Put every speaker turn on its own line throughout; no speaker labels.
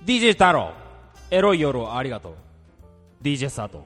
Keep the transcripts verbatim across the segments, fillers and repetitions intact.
ディージェー 太郎、エロい夜をありがとう。 ディージェー 佐藤。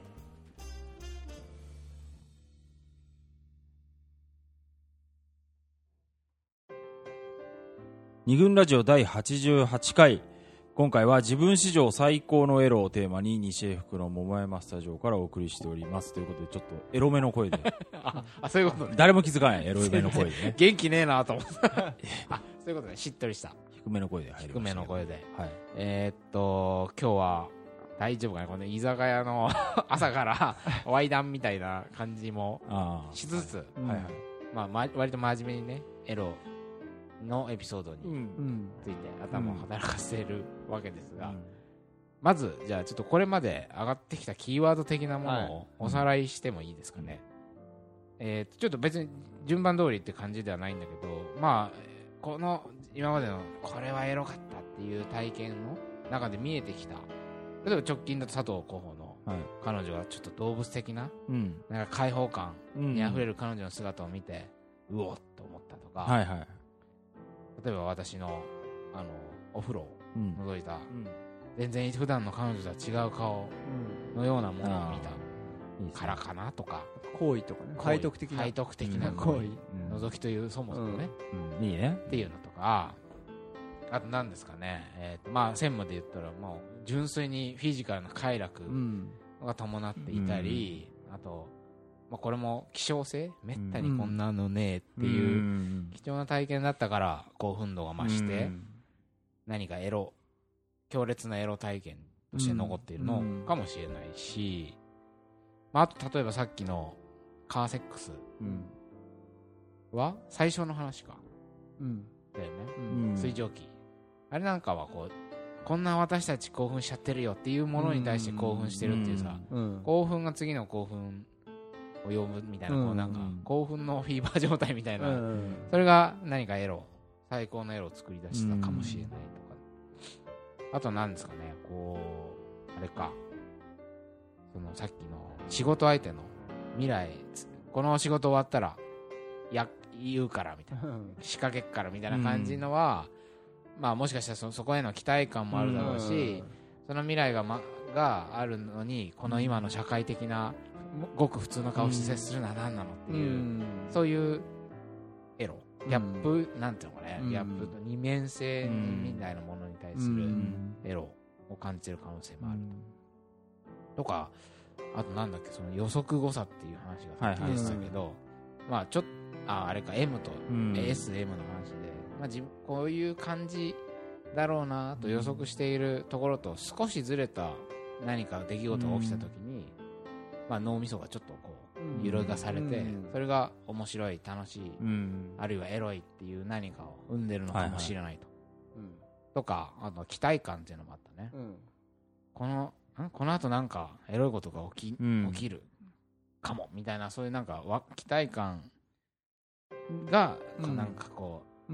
二軍ラジオだいはちじゅうはちかい、今回は自分史上最高のエロをテーマに西英福の桃山スタジオからお送りしておりますということで、ちょっとエロめの声で
ああ、そういうことね。
誰も気づかないエロめの声でね
元気ねえなと思ったあ、そういうことね。しっとりした
低めの声で入り
低
ましたけど、
めの声で、
はい、
えー、っと今日は大丈夫かな、この居酒屋の朝からワイダンみたいな感じも
あ
しつつ、
はいはい、
まあ、ま割と真面目にねエロのエピソードについて頭を働かせるわけですが、うん、まずじゃあちょっとこれまで上がってきたキーワード的なものをおさらいしてもいいですかね、うん、えー、ちょっと別に順番通りって感じではないんだけど、まあこの今までのこれはエロかったっていう体験の中で見えてきた、例えば直近だと佐藤候補の彼女がちょっと動物的な、うん、なんか開放感にあふれる彼女の姿を見て、うん、うおっと思ったとか、はいはい、例えば私のあのお風呂を覗いた、うん、全然普段の彼女とは違う顔のようなものを見たからかなとか、
行為とかね、背徳的な
背徳的な行為、うん、覗きというそもそもね、
うん、いいね
っていうのとか、あと何ですかね、えーとまあ、専務で言ったらもう純粋にフィジカルな快楽が伴っていたり、うん、あと、まあ、これも希少性、めったにこんなのねえっていう貴重な体験だったから興奮度が増して、何かエロ強烈なエロ体験として残っているのかもしれないし、まあ、あと例えばさっきのカーセックスは最初の話か、うん、だよね、うん、水蒸気あれなんかはこうこんな私たち興奮しちゃってるよっていうものに対して興奮してるっていうさ、うん、興奮が次の興奮を呼ぶみたいな、うん、こうなんか興奮のフィーバー状態みたいな、うん、それが何かエロ最高のエロを作り出したかもしれないとか、うん、あと何ですかね、こうあれか、そのさっきの仕事相手の未来、この仕事終わったらや言うからみたいな仕掛けっからみたいな感じのは、うん、まあもしかしたら そ, そこへの期待感もあるだろうし、うん、その未来が、ま、があるのにこの今の社会的なごく普通の顔して接するのは何なのっていう、うん、そういうエロギャップ、うん、なんていうのかね、うん、ギャップと二面性みたいなものに対するエロを感じる可能性もあると、とか、あとなんだっけ、その予測誤差っていう話がさっきでしたけど、はいはい、まあちょっとああれか M と エスエム の話で、まあ、自こういう感じだろうなと予測しているところと少しずれた何か出来事が起きた時に、まあ、脳みそがちょっとこう揺るがされて、それが面白い楽しい、あるいはエロいっていう何かを生んでるのかもしれないと、はいはい、とか、あと期待感っていうのもあったね、うん、このんこの後なんかエロいことが起き、うん、起きるかもみたいな、そういうなんかわ期待感が、うん、なんかこう、うん、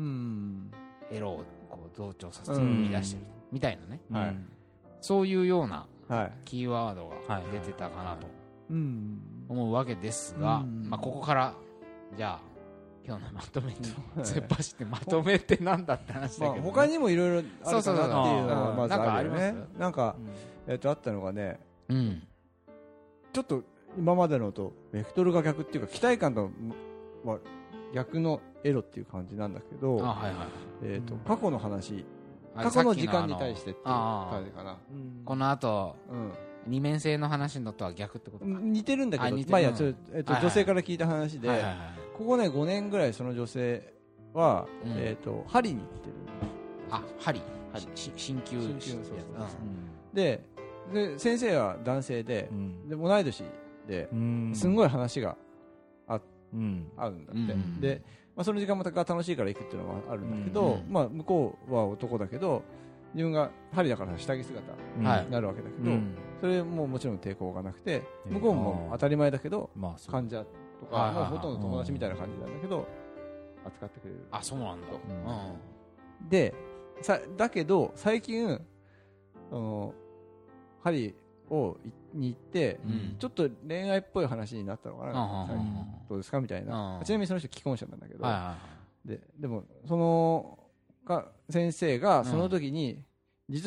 エロをこう増長させて生み出してるみたいなね、うんはい、そういうようなキーワードが出てたかなと思うわけですが、うんまあ、ここからじゃあ今日のまとめに突っ走ってまとめってなんだって話だけど、ね、まあ、
他にもいろいろあるかなっていうのがまずあるよね。なんか、うん、えー、とあったのがね、うん、ちょっと今までのとベクトルが逆っていうか期待感とは逆のエロっていう感じなんだけど、あ、はいはい、えーとうん、過去の話、過去の時間に対してっていう感じかな。
この後、うん、二面性の話のとは逆ってことか。
似てるんだけど、まあいや、ちょ、えーとはいはい、女性から聞いた話で、はいはいはい、ここねごねんぐらいその女性は、うん、えーと針に行ってる。
あ、針、針、鍼灸師のやつ。
で、で先生は男性で、うん、で同い年で、すんごい話があって。うん、あるんだって、うん、で、まあ、その時間も楽しいから行くっていうのはあるんだけど、うんまあ、向こうは男だけど自分が針だから下着姿になるわけだけど、うん、それももちろん抵抗がなくて、向こうも当たり前だけど、まあ、患者とかもうほとんど友達みたいな感じなんだけど扱ってくれる。
あ、そうなんだ、
うん、でさだけど最近その針をに行って、うん、ちょっと恋愛っぽい話になったのかな、最近どうですかみたいな。ちなみにその人既婚者なんだけど、ででもそのか先生がその時に、うん、実は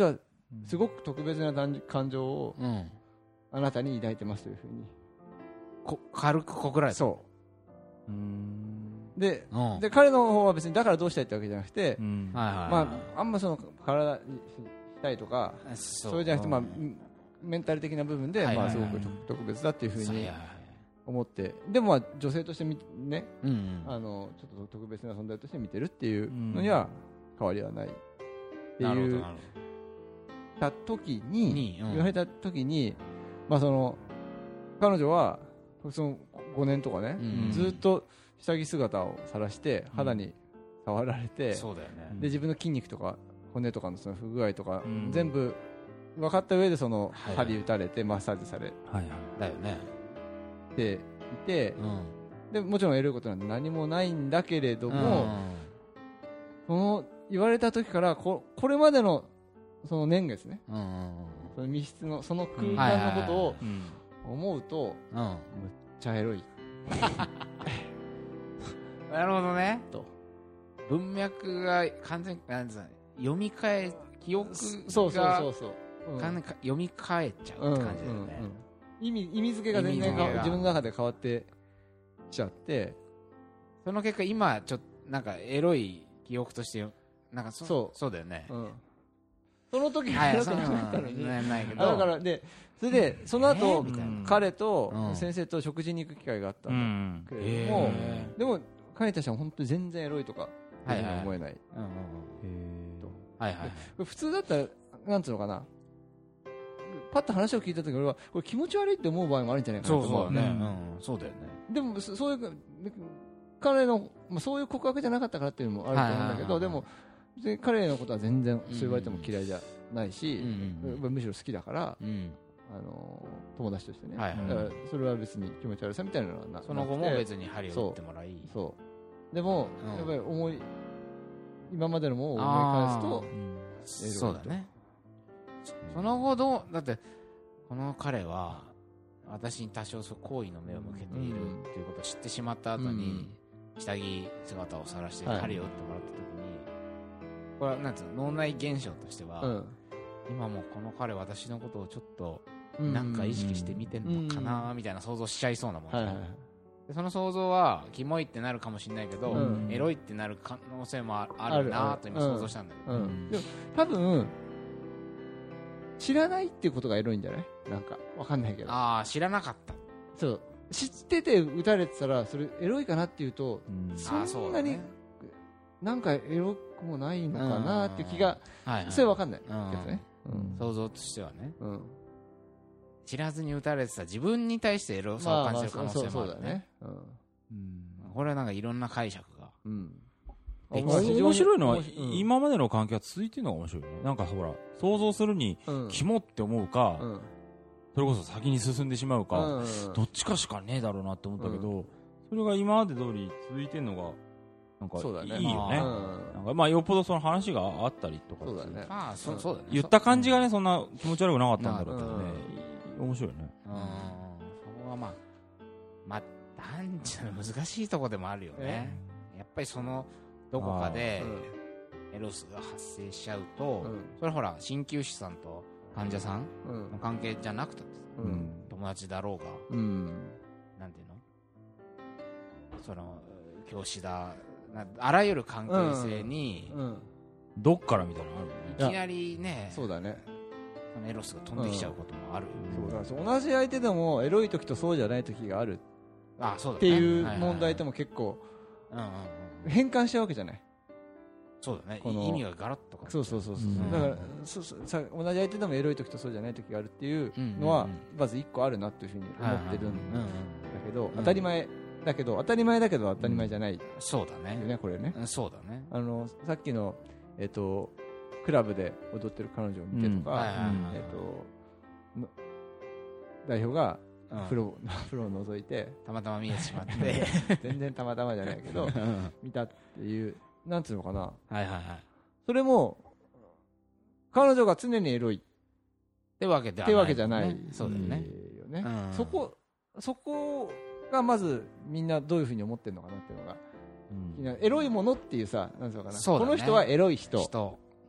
すごく特別な感情をあなたに抱いてますというふうに
こ軽く告られた。
そうで、うん、で彼の方は別にだからどうしたいってわけじゃなくて、うんまあ、あんまその体にしたいとかそう、それじゃなくて、まあ、メンタル的な部分で、はいはいはいまあ、すごく特別だっていうふうに思ってでもまあ女性としてみ、ねうんうん、あのちょっと特別な存在として見てるっていうのには変わりはないっていうた時に、うん、言われた時に、まあ、その彼女はそのごねんとかね、うんうん、ずっと下着姿を晒して肌に触られて、うんそうだよね、で自分の筋肉とか骨とかのその不具合とか、うん、全部分かった上でその針打たれてマッサージされ、はいはい、
だよね
っていて、うん、でもちろんエロいことなんて何もないんだけれども、うん、その言われた時からここれまでのその年月ね、うんうんうん、その密室のその空間のことを思うと、うん、むっちゃエロい
なるほどねと文脈が完全になんですか、読み替え記憶がそうそうそうそう、うん、完全に読み替えちゃうって感じだよね、うんうんうん、
意味意味付けが全然自分の中で変わってきちゃって、
その結果今ちょっとなんかエロい記憶としてなんか そ, そうそうだよね、うん、
その時からそうなったのにだからでそれでその後、えー、彼と先生と食事に行く機会があったんだけれども、えー、でも彼たちは本当に全然エロいとか思えない、普通だったらなんつうのかな、パッと話を聞いた時俺はこれ気持ち悪いって思う場合もあるんじゃないかなと思う。
そうそうね、うん、そうだよね。
でもそういう彼の、まあ、そういう告白じゃなかったからっていうのもあると思うんだけど、でも彼のことは全然そう言われても嫌いじゃないし、うんうん、むしろ好きだから、うん、あの友達としてね、はいはい、だからそれは別に気持ち悪さみたいなのはなくて、
その後も別に針を打ってもらい、
そうそうでも、うん、やっぱり思い今までのものを思い返すと、
うん、そうだね。その後どうだってこの彼は私に多少好意の目を向けているっていうことを知ってしまった後に、うん、下着姿を晒して針を打ってもらった時に、これはなんつうの脳内現象としては、うん、今もこの彼私のことをちょっとなんか意識して見てんのかなみたいな想像しちゃいそうなもん、はいはい、でその想像はキモいってなるかもしれないけど、うん、エロいってなる可能性もあるなと今想像したんだけど、うんうん、
でも多分知らないっていうことがエロいんじゃない？なんかわかんないけど。
ああ、知らなかった。
そう知ってて撃たれてたらそれエロいかなっていうと、うん、そんなになんかエロくもないのかなっていう気が、はいはい、それはわかんないですね、
うん、想像としてはね、うん、知らずに撃たれてた自分に対してエロさを感じる可能性もあるね。これはなんかいろんな解釈が、うん、
面白いのは、うん、今までの関係が続いてるのが面白いね。なんかほら想像するに、うん、キモって思うか、うん、それこそ先に進んでしまうか、うん、どっちかしかねえだろうなって思ったけど、うん、それが今まで通り続いてるのがなんかいいよね。なんかまあよっぽどその話があったりとか、
そうだね。
まあそうそうだね。
言った感じがねそんな気持ち悪くなかったんだろうけどね。面白いね。うん。そ
こはまあまあ男女の難しいとこでもあるよね。やっぱりそのどこかでエロスが発生しちゃうと、うん、それほら鍼灸師さんと患者さんの関係じゃなくて、うん、友達だろうが、うん、なんていうのその教師だあらゆる関係性に、うんうん、
どっからみたいなのあ
るいきなりね
そうだね
そのエロスが飛んできちゃうこともある、
うん、そうだ同じ相手でもエロい時とそうじゃない時があるあそうだ、ね、っていう問題とも結構、はいはいはい変換しちゃうわけじゃない。
そうだね。意味がガラッとか。
そうそうそうそう。うん、だからそそさ同じ相手でもエロい時とそうじゃない時があるっていうのは、うんうんうん、まず一個あるなというふうに思ってるんだけど、当たり前だけど当たり前だけど当たり前じゃない、うん。
そうだね。
ねこれね。
そうだね。
あのさっきのえっ、ー、とクラブで踊ってる彼女を見てとか、えっ、ー、と代表が風呂、風呂を覗いて
たまたま見えてしまって
全然たまたまじゃないけど見たっていうなんていうのかな、はいはいはい、それも彼女が常にエロい
ってわけではない、ね、ってわけじゃない、そうだよね、
ね、うん、そこそこがまずみんなどういうふうに思ってるのかなっていうのが、うん、エロいものっていうさなんていうのかな、ね、この人はエロい人
人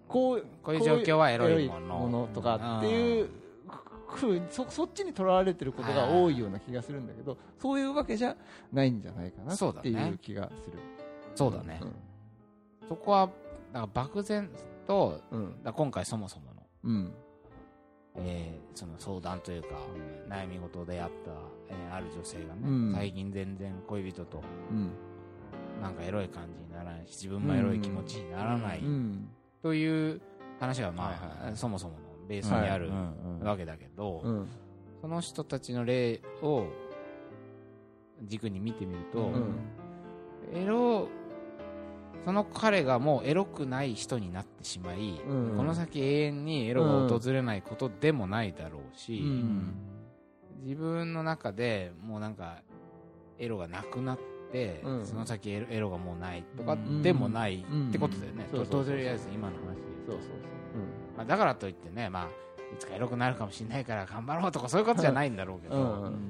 こう
こういう状況はエロいもの
ものとかっていうふうに そ, そっちにとらわれてることが多いような気がするんだけど、そういうわけじゃないんじゃないかなっていう気がする。
そうだね、うん、そこはだから漠然と、うん、だ今回そもそもの、うんえー、その相談というか、うん、悩み事であった、えー、ある女性がね、うん、最近全然恋人と、うん、なんかエロい感じにならないし自分もエロい気持ちにならない、うん、という話が、まあはいはい、そもそものベースにあるわけだけど、うん、その人たちの例を軸に見てみると、うん、エロその彼がもうエロくない人になってしまい、うん、この先永遠にエロが訪れないことでもないだろうし、うん、自分の中でもうなんかエロがなくなって、うん、その先エロ、エロがもうないとかでもないってことだよね。とりあえず今の話で言うと、まあ、だからといってね、まあいつかエロくなるかもしれないから頑張ろうとかそういうことじゃないんだろうけど、うんうん、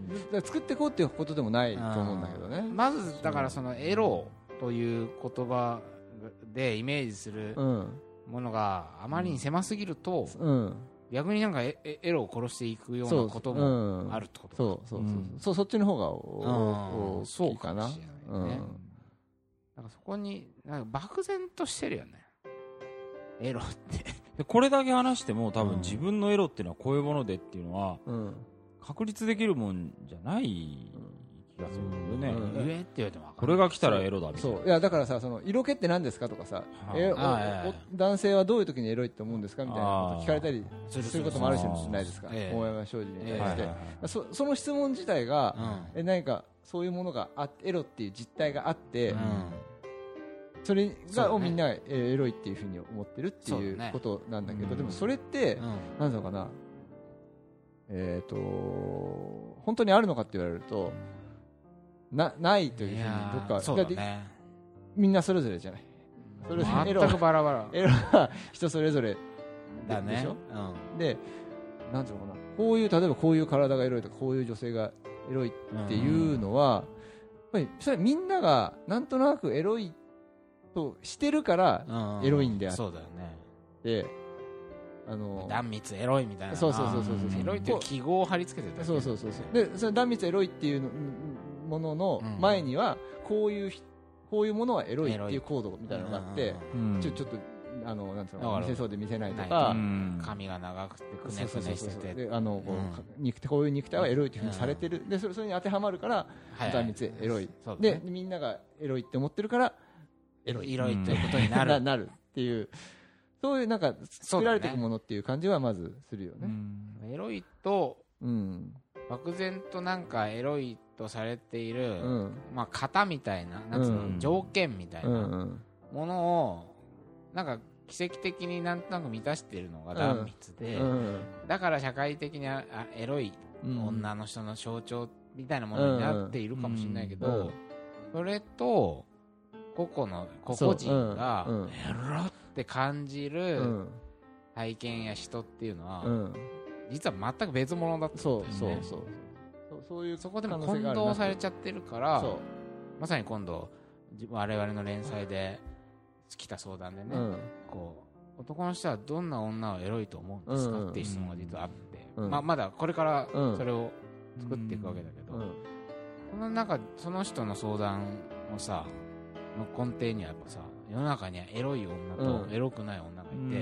作っていこうっていうことでもないと思うんだけどね。
まずだからそのエロという言葉でイメージするものがあまりに狭すぎると、うん、逆になんか エ, エロを殺していくようなこともあるってことか。
そうそうそうそう、うん、そうそっちの方が大きいかな。そうかもしれないね。うん、
なんかそこになんか漠然としてるよね、エロって
でこれだけ話しても多分自分のエロっていうのはこういうものでっていうのは、うん、確立できるもんじゃない気がするんだよね、うん、
言えって言われても分かる。
これが来たらエロだみたいな。
そういやだからさ、その色気って何ですかとかさ、えおお男性はどういう時にエロいって思うんですかみたいなこと聞かれたりすることもあるかもしれないですか、大山庄司に対して、えーはいはいはい、そ, その質問自体が、うん、え何かそういうものがあエロっていう実態があって、うんそれがをみんなエロいっていうふうに思ってるっていうことなんだけど、でもそれってなんだろうかな、えっと本当にあるのかって言われるとなないというふうにどっか
そうだね、
みんなそれぞれじゃない。それ
全くバラバラ。
エロは人それぞれ
だね。
でしょ。でなんていうのかな、こういう例えばこういう体がエロいとかこういう女性がエロいっていうのはやっぱりそれみんながなんとなくエロいとしてるからエロいんであって、
そうだよね。
で、あの
断蜜エロいみたいな、
そうそうそうそうそう、
エロいっていう記号を貼り付けてた。
そうそうそうそう。で、その断蜜エロいっていうものの前にはこういうこういうものはエロいっていうコードみたいなのがあって、ちょちょっとあのなんつうの見せそうで見せないとか、
髪が長くてくねくねしてて、
あのこう肉体こういう肉体はエロいというふうにされてる。でそれそれに当てはまるから断蜜エロい。でみんながエロいって思ってるから。
エロいということになる
なるっていう、そういうなんか作られていくものっていう感じはまずするよね。
うん、エロいと、うん、漠然となんかエロいとされている、うん、まあ型みたいな、なんつうの、うん、条件みたいなものをなんか奇跡的になんとなく満たしているのが断蜜で、うんうん、だから社会的にあエロい女の人の象徴みたいなものになっているかもしれないけど、うんうん、それと個々の個々人がエロって感じる体験や人っていうのは、うん、実は全く別物だったんですよね。そうそうそうそう、そういうそこでも混同されちゃってるから、まさに今度我々の連載で来た相談でね、うん、こう男の人はどんな女をエロいと思うんですか、うん、っていう質問が実はあって、うんまあ、まだこれからそれを作っていくわけだけど、うんうん、その中その人の相談をさの根底にはやっぱさ、世の中にはエロい女とエロくない女がいて、うん、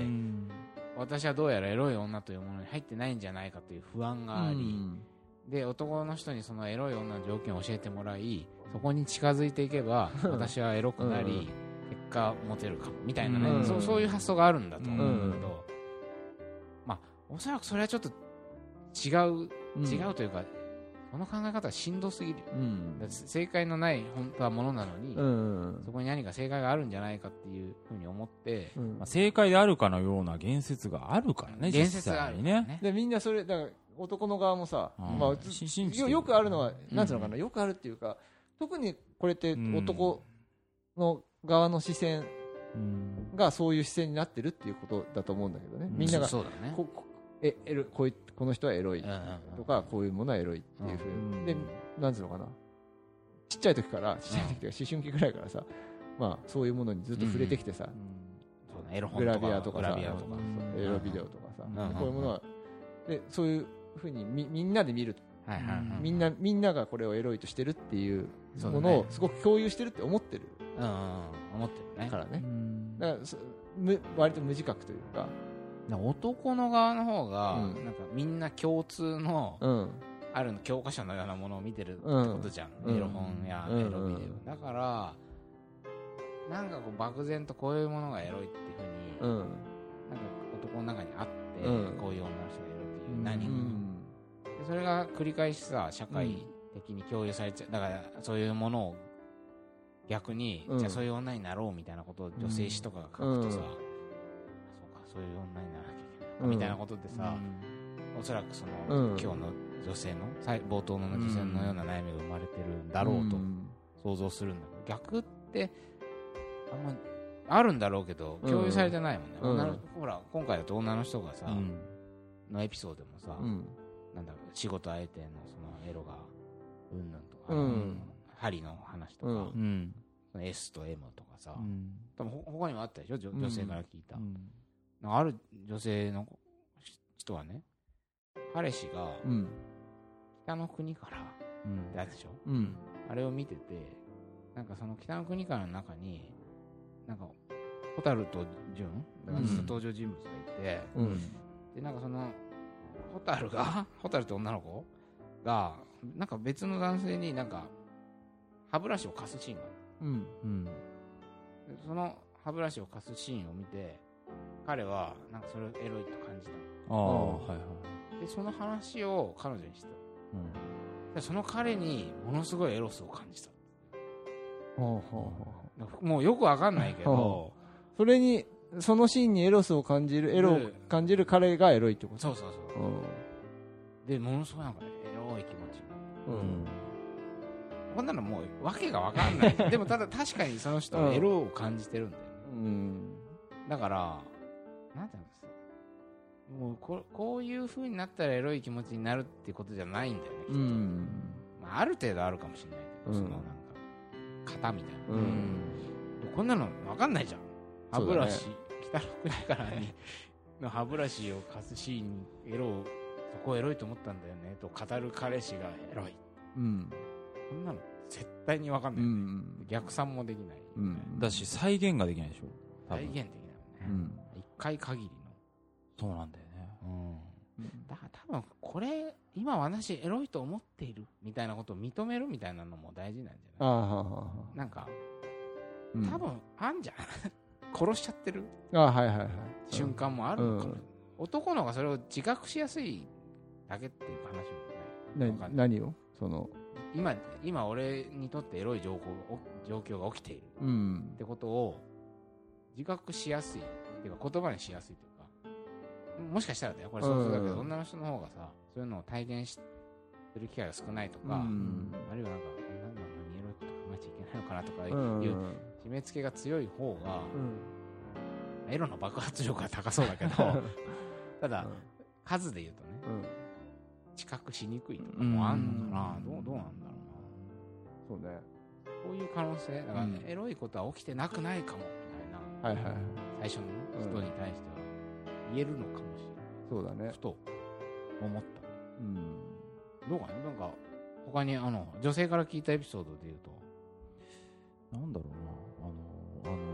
私はどうやらエロい女というものに入ってないんじゃないかという不安があり、うん、で男の人にそのエロい女の条件を教えてもらい、そこに近づいていけば私はエロくなり、うん、結果モテるかもみたいなね、うん、そう、そういう発想があるんだと思うんだけど、うん、まあおそらくそれはちょっと違う、うん、違うというか、この考え方はしんどすぎる、うん、だ正解のない本当はものなのに、うん、そこに何か正解があるんじゃないかっていうふうに思って、
うんまあ、正解であるかのような言説があるからね、
言説があるね。
でみんなそれだから男の側もさ、うんまあ、よ, よくあるのはなんていうのかな、うん、よくあるっていうか、特にこれって男の側の視線がそういう視線になってるっていうことだと思うんだけどね、みんなが、
そうだね、
こえエロこういうこの人はエロいとか、こういうものはエロいっていうふうに、でなんていうのかな、ちっちゃい時からちっちゃい時とか思春期ぐらいからさ、まあそういうものにずっと触れてきてさ、
エロ本
グラビアとかさ、
グラビアとか
エロビデオとかさ、
うん
こういうものはでそういうふうに み, みんなで見る、
はいはいはい、
みんなみんながこれをエロいとしてるっていうものをすごく共有してるって思ってる、
うんうん、思ってるね
からね、だからむ割と無自覚というか、
男の側の方が、うん、なんかみんな共通の、
うん、
あるの教科書のようなものを見てるってことじゃん、うん、エロ本やエロビデオ、うん、だからなんかこう漠然とこういうものがエロいっていうふうに、うん、なんか男の中にあって、うん、こういう女の人がエロいっていう何、うん、でそれが繰り返しさ社会的に共有されちゃう、だからそういうものを逆に、うん、じゃあそういう女になろうみたいなことを女性誌とかが書くとさ、うん、そうかそういう女にならなきゃいけない、うん、みたいなことでさ、うん、おそらくその、うん、今日の女性の冒頭の女性のような悩みが生まれてるんだろうと想像するんだけど、逆ってあんまあるんだろうけど共有されてないもんね、うん、女のほら今回だと女の人がさ、うん、のエピソードもさ、うん、なんだろう仕事相手のそのエロがうんぬんとか、うん、針の話とか、うん、その S と M とかさ、うん、多分他にもあったでしょ 女, 女性から聞いた、うん、なんかある女性の人はね彼氏が、うん北の国からってあるでしょ、うん、あれを見ててなんかその北の国からの中になんか蛍と純だから登場人物がいて、うん、でなんかその蛍が蛍と女の子がなんか別の男性になんか歯ブラシを貸すシーンがある、うんうん、でその歯ブラシを貸すシーンを見て彼はなんかそれをエロいと感じた。あ、はいはい、でその話を彼女にした。うん、でその彼にものすごいエロスを感じた。ほうほうほう、もうよくわかんないけど、
それにそのシーンにエロスを感じるエロを感じる彼がエロいってこと。
そうそうそう。うん、でものすごいなんかエロい気持ち。うん。こんなのもうわけがわかんない。でもただ確かにその人はエロを感じてるんだよね。うん。だからなんていうんですか。もう こ, こういう風になったらエロい気持ちになるっていうことじゃないんだよね、きっと。うん、まあ、ある程度あるかもしれないけど、うん、そのなんか型みたいな、うん、こんなの分かんないじゃん。歯ブラシ、ね、北の国からにの歯ブラシを貸すシーンにエロをそこをエロいと思ったんだよねと語る彼氏がエロい、うん、こんなの絶対に分かんない、ね、うん、逆算もできない、
うん、だし再現ができないでしょ。
再現できないもんね、うん、一回限りの。
そうなんだよね、
うん、だから多分これ今私エロいと思っているみたいなことを認めるみたいなのも大事なんじゃない。あなんか、うん、多分あんじゃん殺しちゃってるあ、はいはいはい、瞬間もあるのかも、うん、男の方がそれを自覚しやすいだけっていう話もない。
何をその
今, 今俺にとってエロい状況状況が起きている、うん、ってことを自覚しやすいっていうか言葉にしやすいというか、もしかしたらね、これ想像だけど、うん、女の人の方がさ、そういうのを体現する機会が少ないとか、うん、あるいはなんか、なんだろう、エロいこと考えちゃいけないのかなとかいう、うん、締め付けが強い方が、うん、エロの爆発力が高そうだけど、ただ、うん、数で言うとね、うん、知覚しにくいとかもあんのかな、うん、どう、どうなんだろうな。そうね。こういう可能性、だから、ね、うん、エロいことは起きてなくないかも、みたいな、はいはいはい、最初の、ね、人に対しては。言えるのかもしれない。
そうだね。
ふと思った。うん。どうかね、なんか他にあの女性から聞いたエピソードで言うと、
なんだろうな、あの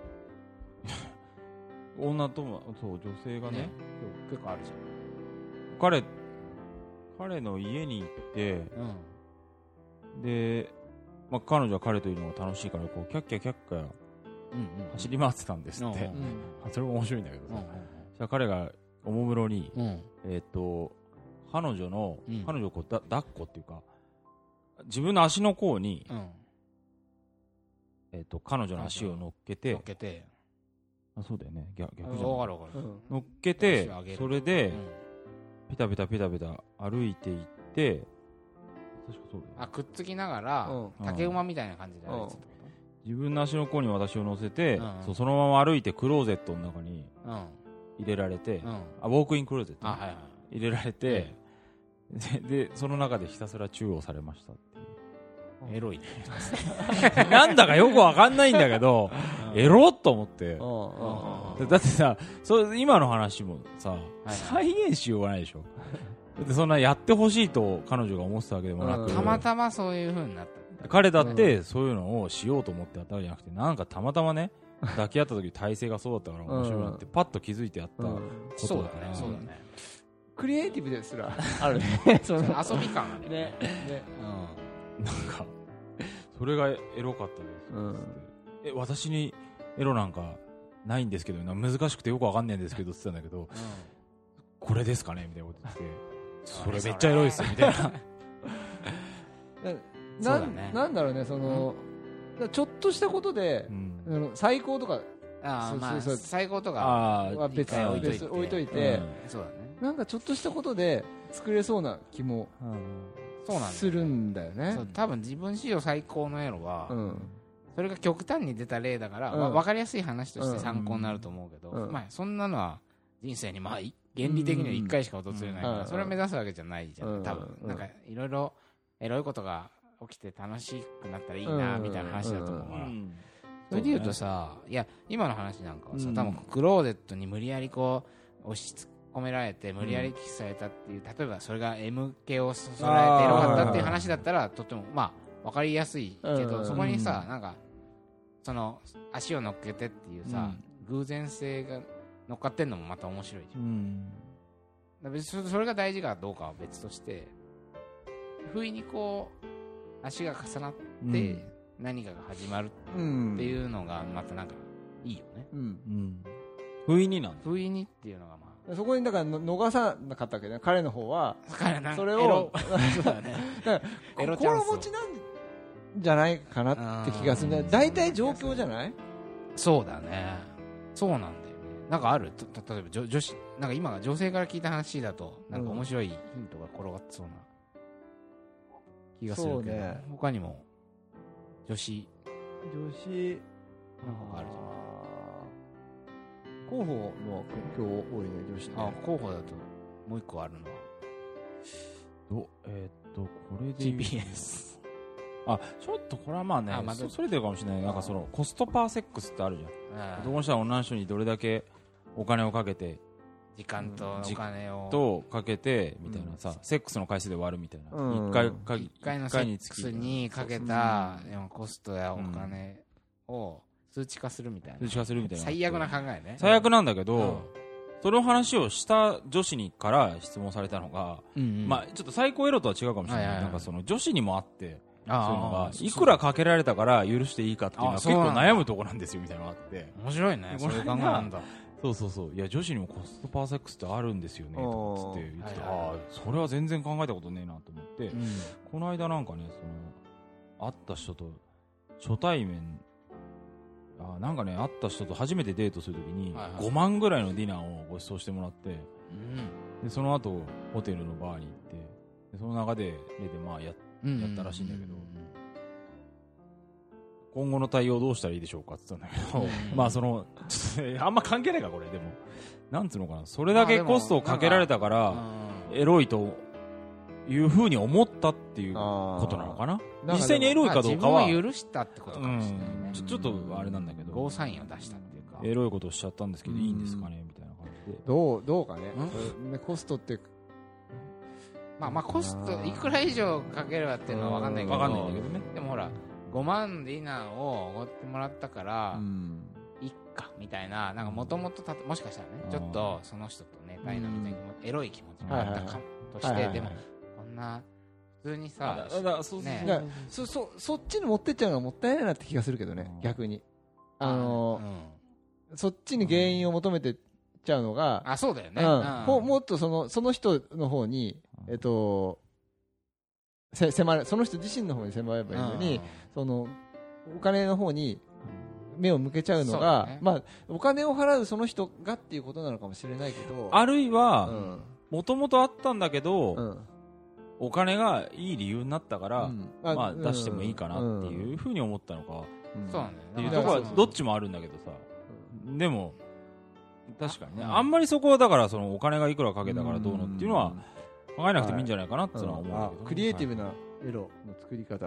あの女ともそう女性がね、ね
結構あるじゃん。
彼彼の家に行って、うん、で、まあ彼女は彼というのが楽しいからこうキャッキャキャッキャ走り回ってたんですって。うんうん、それも面白いんだけどさ。うんうん、じゃあ彼がおもむろに、うん、えっ、ー、と彼女の、うん、彼女をこうだ抱っこっていうか自分の足の甲に、うん、えっ、ー、と彼女の足を乗っけて、乗っけて、あそうだよね、逆逆じゃん。わかるわかる。乗っけてそれで、うん、ピタピタピタピタ歩いていって、確かそうだよね。あくっつきながら、うん、竹馬みたいな感じで歩いてた。 自分の足の甲に私を乗せて、うん、そうそのまま歩いてクローゼットの中に入れられて、うん、あウォークインクローゼット、ね、はいはい、入れられて、うん、で, でその中でひたすらチューをされましたっていう。
エロいね
なんだかよくわかんないんだけどエロっと思ってだってさそ今の話もさ、はいはい、再現しようがないでしょだってそんなやってほしいと彼女が思ってたわけでもなく
たまたまそういう風になった
彼だってそういうのをしようと思ってやったわけじゃなくてなんかたまたまね抱き合った時体勢がそうだったから面白いなってパッと気づいてやったことだから、うん、
そうだねそうだね
クリエイティブですらあるね
その遊び感がね
ねね、
うん、なんかそれがエロかったです、うん、え私にエロなんかないんですけど難しくてよくわかんないんですけどって言ってたんだけど、うん、これですかねみたいなこと言ってそれめっちゃエロいですよみたいな
な, な, ね、なんだろうねその、うん、ちょっとしたことで、うん、最高とか
あそうそうそう
最
高とか
は別に置いといて、置いといて、うん、そうだね、なんかちょっとしたことで作れそうな気もするんだよね、
そう多分自分史上最高のエロは、うん、それが極端に出た例だから、うん、分かりやすい話として参考になると思うけど、うんまあ、そんなのは人生にまあ原理的にはいっかいしか訪れないから、うん、それを目指すわけじゃないじゃん、うん、多分、うん、なんかいろいろエロいことが起きて楽しくなったらいいなみたいな話だと思うから、うんうんそれで言うとさ、いや今の話なんかはさ、うん、多分クローゼットに無理やりこう押し込められて無理やりキスされたっていう、例えばそれが エム 系をそそられてエロかったっていう話だったらとってもまあ分かりやすいけど、そこにさなんかその足を乗っけてっていうさ、うん、偶然性が乗っかってんのもまた面白いじゃん、うん、だ別にそれが大事かどうかは別として不意にこう足が重なって、うん何かが始まるっていうのがまたなんかいいよね、うんうん、
不意になん
不意にっていうのがま
あそこにだから逃さなかったわけね彼の方はそれをそうだね心持ちなんじゃないかなって気がするんだ大体状況じゃない
そうだねそうなんだよねなんかあるた例えば女女子なんか今が女性から聞いた話だとなんか面白いヒントが転がってそうな気がするけど、うんね、他にも女子
女子
なんかあるじ
ゃん候補の今日多いね女子ね
あ候補だともう一個あるのは
どえー、っとこれで
ジーピーエス
あちょっとこれはまあねあ、まあ、そ, それてるかもしれないなんかそのコストパーセックスってあるじゃん男の人は女の人にどれだけお金をかけて
時間とお金を
とかけてみたいなさ、うん、セックスの回数で割るみたいな、うん、いっかいかいっ
かいのセックスにかけたコストやお金を数値化するみたいな
数値化するみたいな
最悪な考えね
最悪なんだけど、うん、その話をした女子にから質問されたのが、うんうん、まあちょっと最高エロとは違うかもしれない、はいはいはい、なんかその女子にもあってそういうのがいくらかけられたから許していいかっていうのは結構悩むところなんですよみたいなのがあって
面白いねそういう考えなんだ
そうそうそういや女子にもコストパーセックスってあるんですよねとかつって言って、はいはい、ああそれは全然考えたことねえなと思って、うん、この間なんかねその会った人と初対面あなんかね会った人と初めてデートするときにごまんぐらいのディナーをご馳走してもらって、うん、でその後ホテルのバーに行ってでその中で例でまあ や, やったらしいんだけど、うんうんうん今後の対応どうしたらいいでしょうかって言ったんだけど、うん、まあそのあんま関係ないかこれでもなんつうのかなそれだけコストをかけられたからエロいというふうに思ったっていうことなのかな実際にエロいかどうかは、
まあ、自分を許したってことかもしれないね、
うん、ちょ, ちょっとあれなんだけど
ゴーサインを出したっていうか
エロいことをしちゃったんですけど、うん、いいんですかねみたいな感じで
どうどうかね、うん、コストって
まあまあコストいくら以上かければっていうのは分かんないけど、
分かんないんだけどね
でもほらごまんディナーをおごってもらったから、うん、いっかみたいななんかもともともしかしたらねちょっとその人とねたいなみたいなエロい気持ちがあったかとしてでもこんな普通にさ
そそそっちに持ってっちゃうのがもったいないなって気がするけどね逆にあのーうん、そっちに原因を求めてっちゃうのが、
うん、あそうだよね、
うんうん、もっとそのその人の方にえっとせ迫るその人自身の方に迫ればいいのに、うん、そのお金の方に目を向けちゃうのが、ね、まあ、お金を払うその人がっていうことなのかもしれないけど
あるいはもともとあったんだけど、うん、お金がいい理由になったから、うんまあ、出してもいいかなっていうふうに思ったのか、
うん、そうなん
だよねっていうところはどっちもあるんだけどさ、うん、でも確かにね あ,、うん、あんまりそこはだからそのお金がいくらかけたからどうのっていうのは考えなくてもいいんじゃないかなっていうのは思うけど、ね、
クリエイティブなエロの作り方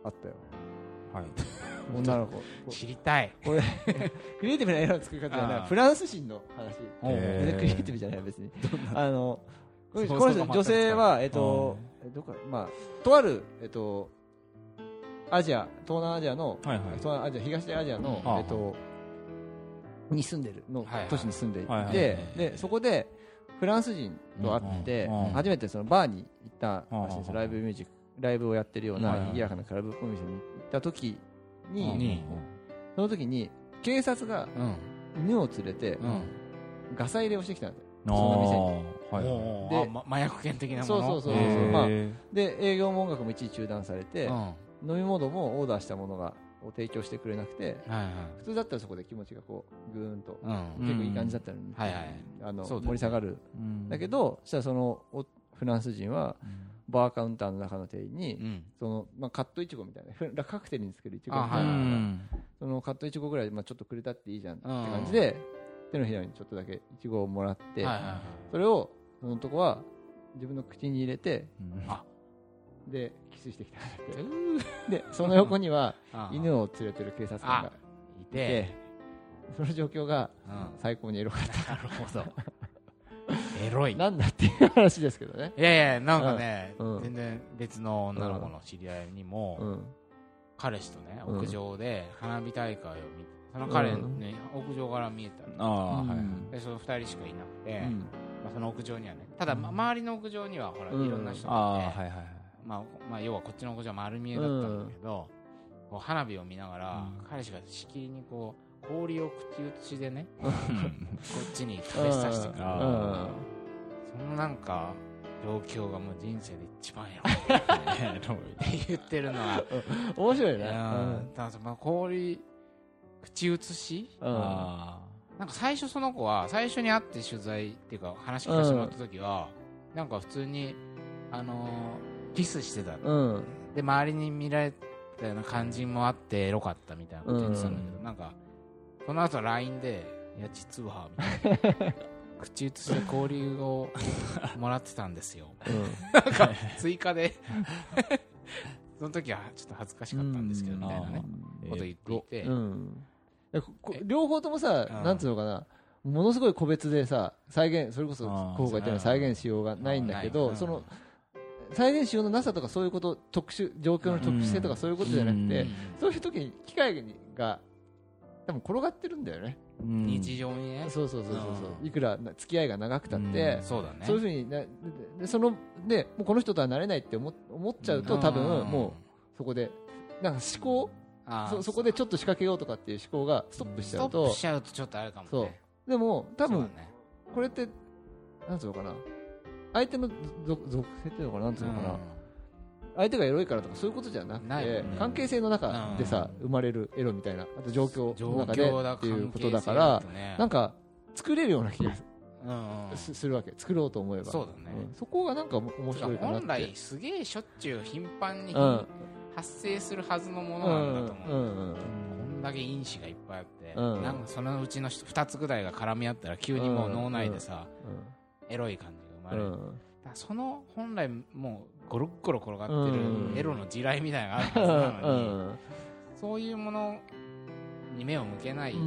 あったよ。
はい。
女の子。
知りたい。
これクリエイティブなエロの作り方じゃない。フランス人の話。全然クリエイティブじゃない別に。あのこの人女性はえっとどこまあとあるえっとアジア東南アジアの東南アジア東アジアのえっとに住んでるの都市に住んでいてでそこでフランス人と会って初めてそのバーに行ったらしいんですよ。ライブミュージックライブをやってるような賑やかなクラブお店に行った時にその時に警察が犬を連れてガサ入れをしてきたんですよ。その店に
で麻薬犬的なもの
そうそうそうそうまあで営業も音楽も一時中断されて飲み物もオーダーしたものがを提供してくれなくて普通だったらそこで気持ちがこうぐーんと結構いい感じだったのにあの盛り下がるだけどそしたらそのフランス人はバーカウンターの中の店員にそのまあカットイチゴみたいなカクテルにつけるイチゴみたいなそのカットイチゴぐらいまあちょっとくれたっていいじゃんって感じで手のひらにちょっとだけイチゴをもらってそれをその男は自分の口に入れてでキスしてきたでその横には犬を連れてる警察官がいてその状況が最高にエロかった。
なるほどエロい
なんだっていう話ですけどね。
いやいやなんかね全然別の女の子の知り合いにも彼氏とね屋上で花火大会を見てその彼ね屋上から見えたでそのふたりしかいなくてまあその屋上にはねただ周りの屋上にはほらいろんな人がいてまあまあ要はこっちの屋上は丸見えだったんだけどこう花火を見ながら彼氏がしきりにこう氷を口移しでねこっちに食べさせてくるそのなんか状況がもう人生で一番エロいって言ってるのは
面白いね。
ただまあ氷口移し、うん、なんか最初その子は最初に会って取材っていうか話聞かせてもらった時は、うん、なんか普通にあのー、キスしてた、うん、で周りに見られたような感じもあってエロかったみたいなこと言ってたんだけど、うん、なんかその後 ライン でいや実はみたいな口移しで氷をもらってたんですよ、うん、なんか追加でその時はちょっと恥ずかしかったんですけどみたいなねこと言っていて、うん
両方ともさ、なんつうのかな、ものすごい個別でさ再現それこそ候補が言ったように再現しようがないんだけどその再現しようのなさとかそういうこと特殊状況の特殊性とかそういうことじゃなくてそういう時に機会が多分転がってるんだよね
日常にね
そうそうそうそういくら付き合いが長くたってそういうふうにでそのでもうこの人とはなれないって思っちゃうと多分もうそこでなんか思考そ, そこでちょっと仕掛けようとかっていう思考がストップしちゃうと
ストップしちゃうとちょっとあるかもね
そうでも多分これってなんつうのかな相手の属性っていうのかななんつうのかな、うん、相手がエロいからとかそういうことじゃなくて、ね、関係性の中でさ、うん、生まれるエロみたいなあと状況の中でっていうことだから、ね、なんか作れるような気がするうん、するわけ作ろうと思えば
そうだね、
うん、そこがなんか面白いかなって
本来すげえしょっちゅう頻繁に、うん発生するはずのものなんだと思う、うんうんうん、こんだけ因子がいっぱいあって、うん、なんかそのうちのふたつぐらいが絡み合ったら急にもう脳内でさ、うんうん、エロい感じが生まれる、うん、だその本来もうゴロッゴロ転がってるエロの地雷みたいなのがあるはずなのに、うん、そういうものに目を向けない、うん、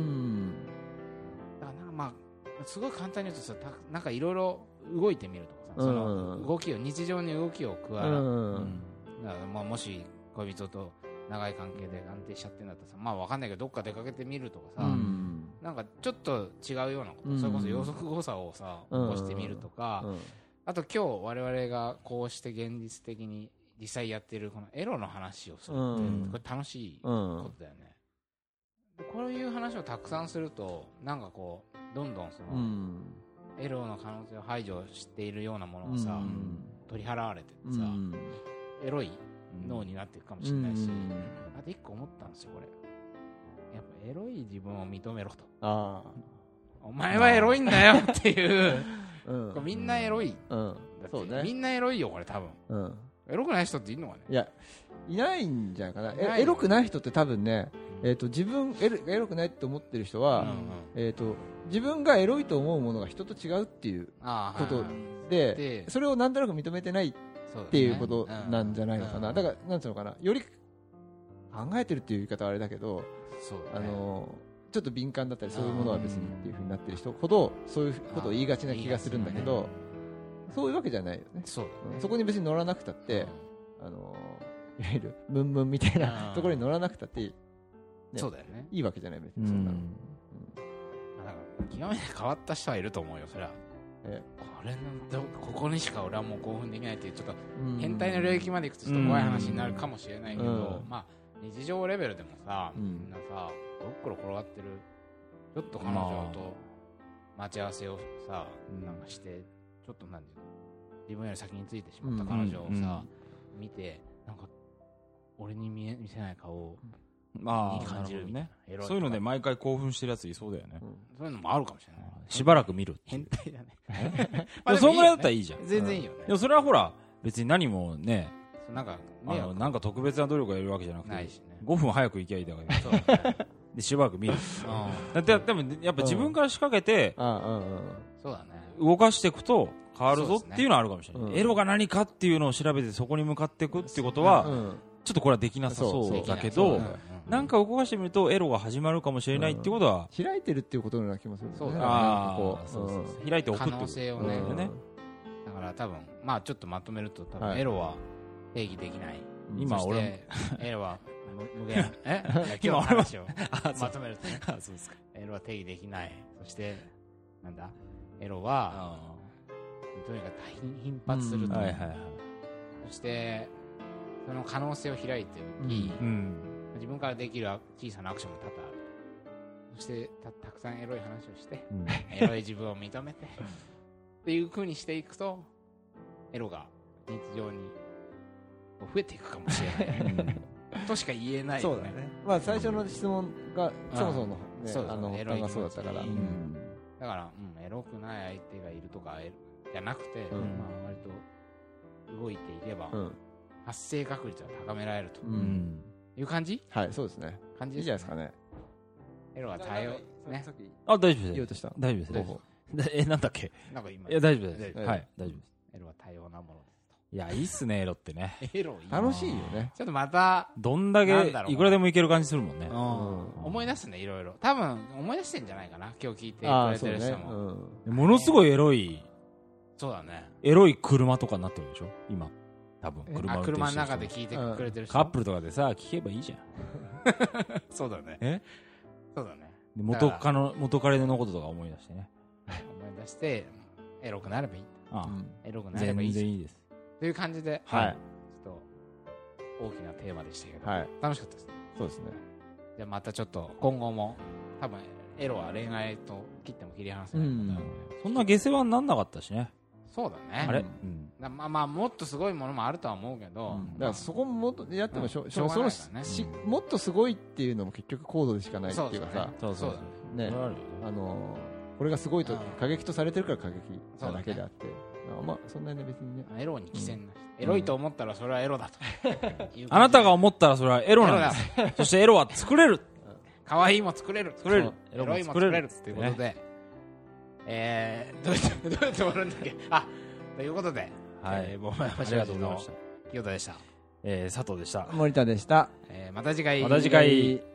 だからなんかまあすごい簡単に言うとさなんかいろいろ動いてみるとかさ、うん、その動きを日常に動きを加える、うんうん、だからまあもし恋人と長い関係で安定しちゃってんだったらさまあ分かんないけどどっか出かけてみるとかさ、うん、なんかちょっと違うようなこと、うん、それこそ養殖誤差をさ、うん、起こしてみるとか、うん、あと今日我々がこうして現実的に実際やってるこのエロの話をするって、うん、これ楽しいことだよね、うん、こういう話をたくさんするとなんかこうどんどんその、うん、エロの可能性を排除しているようなものがさ、うん、取り払われててさ、うん、エロい脳になっていくかもしれないし、うん、あと一個思ったんですよこれやっぱエロい自分を認めろとあお前はエロいんだよっていう、うん、みんなエロい、うん、だってね、みんなエロいよこれ多分、うん、エロくない人っているのかね
いやいないんじゃないかなえエロくない人って多分ね、えー、と自分エロ、エロくないって思ってる人は、うんうんえー、と自分がエロいと思うものが人と違うっていうことで、はい、でそれをなんとなく認めてないっていうことなんじゃないのかな、うん、だからなんつうのかなより考えてるっていう言い方はあれだけど、
そう
だね、あのちょっと敏感だったりそういうものは別にっていう風になってる人ほどそういうことを言いがちな気がするんだけど、そういうわけじゃないよね。
そうだね、
そこに別に乗らなくたって、あのいわゆるムンムンみたいなところに乗らなくたっていい、
ね、そうだよね、
いいわけじゃない別にそんなの、うん、
だから極めて変わった人はいると思うよそれは。えこれのここにしか俺はもう興奮できないっていうちょっと変態の領域までいくとちょっと怖い話になるかもしれないけど、うん、まあ日常レベルでもさ、うん、みんなさどっころ転がってるちょっと彼女と待ち合わせをさ、うん、なんかしてちょっとなんていうの自分より先についてしまった彼女をさ、うんうん、見てなんか俺に見え見せない顔を
まあ、感じるね。そういうので毎回興奮してるやついそうだよね。
うん、そういうのもあるかもしれない。
しばらく見る。
変態だね。
でもそんぐらいだったらいいじゃん。
全然いいよね。
でもそれはほら、別に何もね、
なんか、
あの、なんか特別な努力がいるわけじゃなくて、
ないしね、
ごふん早く行きゃいいだから、ね、で、しばらく見る。だって、でもやっぱ自分から仕掛けて、
そうだね。
動かしていくと変わるぞっていうのはあるかもしれない。エロが何かっていうのを調べてそこに向かっていくっていうことは、ちょっとこれはできなさそうだけど、なんか動かしてみるとエロが始まるかもしれないってことは、
うん、開いてるっていうことのような気もする、ね、
そうだね、
あこうそうそうそう開いておくって
可能性をね、うん、だから多分まあちょっとまとめると多分エロは定義できない、はい、
今俺
エロは無限え今俺話をまとめるとねそうですかエロは定義できない。そしてなんだエロはとにかく頻発すると、うんはいはいはい、そしてその可能性を開いておき、うんうん自分からできる小さなアクションも多々ある。そして た, たくさんエロい話をして、うん、エロい自分を認めてっていう風にしていくとエロが日常に増えていくかもしれない、うん、としか言えないよね。
そうだね。まあ最初の質問がそもそもの、ね、
そう
あの発端がそうだったから、うん、
だから、うん、エロくない相手がいるとかじゃなくて、うんまあ、割と動いていれば、うん、発生確率は高められると。うんいう感じ？
はい、そうですね。
感じ
いいじゃないですかね。
エロは多様ね。
あ、大丈夫です。
言おうとした。
大丈夫です。え、なんだっけ？
なんか今。
いや、大丈夫です。はい、大丈夫です。
エロは多様なものです。
いや、いいっすね、エロってね。
エロいい。
楽しいよね。
ちょっとまた、
どんだけ、いくらでもいける感じするもんね。
思い出すね、いろいろ。多分、思い出してんじゃないかな。今日聞いてくれてる人も。
ものすごいエロい。
そうだね。
エロい車とかになってるでしょ今。多分
車の車の中で聞いてくれてる人、
カップルとかでさ聞けばいいじゃん
そうだね
え
そうだね
元カノ元彼のこととか思い出してね
思い出してエロくなればいい
ああ
エロくなればいい
全然いいです
という感じで、
はい、
ちょっと大きなテーマでしたけど、はい、楽しかったですね。
そうですね。
じゃあまたちょっと今後も多分エロは恋愛と切っても切り離せないことなので、
うん、そんな下世話になんなかったしね。
そうだね。
あれ、
うん、だまあまあもっとすごいものもあるとは思うけど、
うん、だからそこももっとやってもしょ、うん、しょそのし、うん、もっとすごいっていうのも結局高度でしかないっていうかさ、
そうそう
ね、あのこれがすごいと過激とされてるから過激なだけであって、あまあそんなに別にね。
エロに寄せんなし、エロいと思ったらそれはエロだと。
あなたが思ったらそれはエロなんです。そしてエロは作れる。
可愛いも作れる。
作れる。
エロいも作れるということで、えーどうやってどうやって終わるんだっけ。あ。ということで、
はい、
えー、もう山下ラジオの清田でした。
えー、佐藤でした。
森田でした。
えー、また次回。
また次回。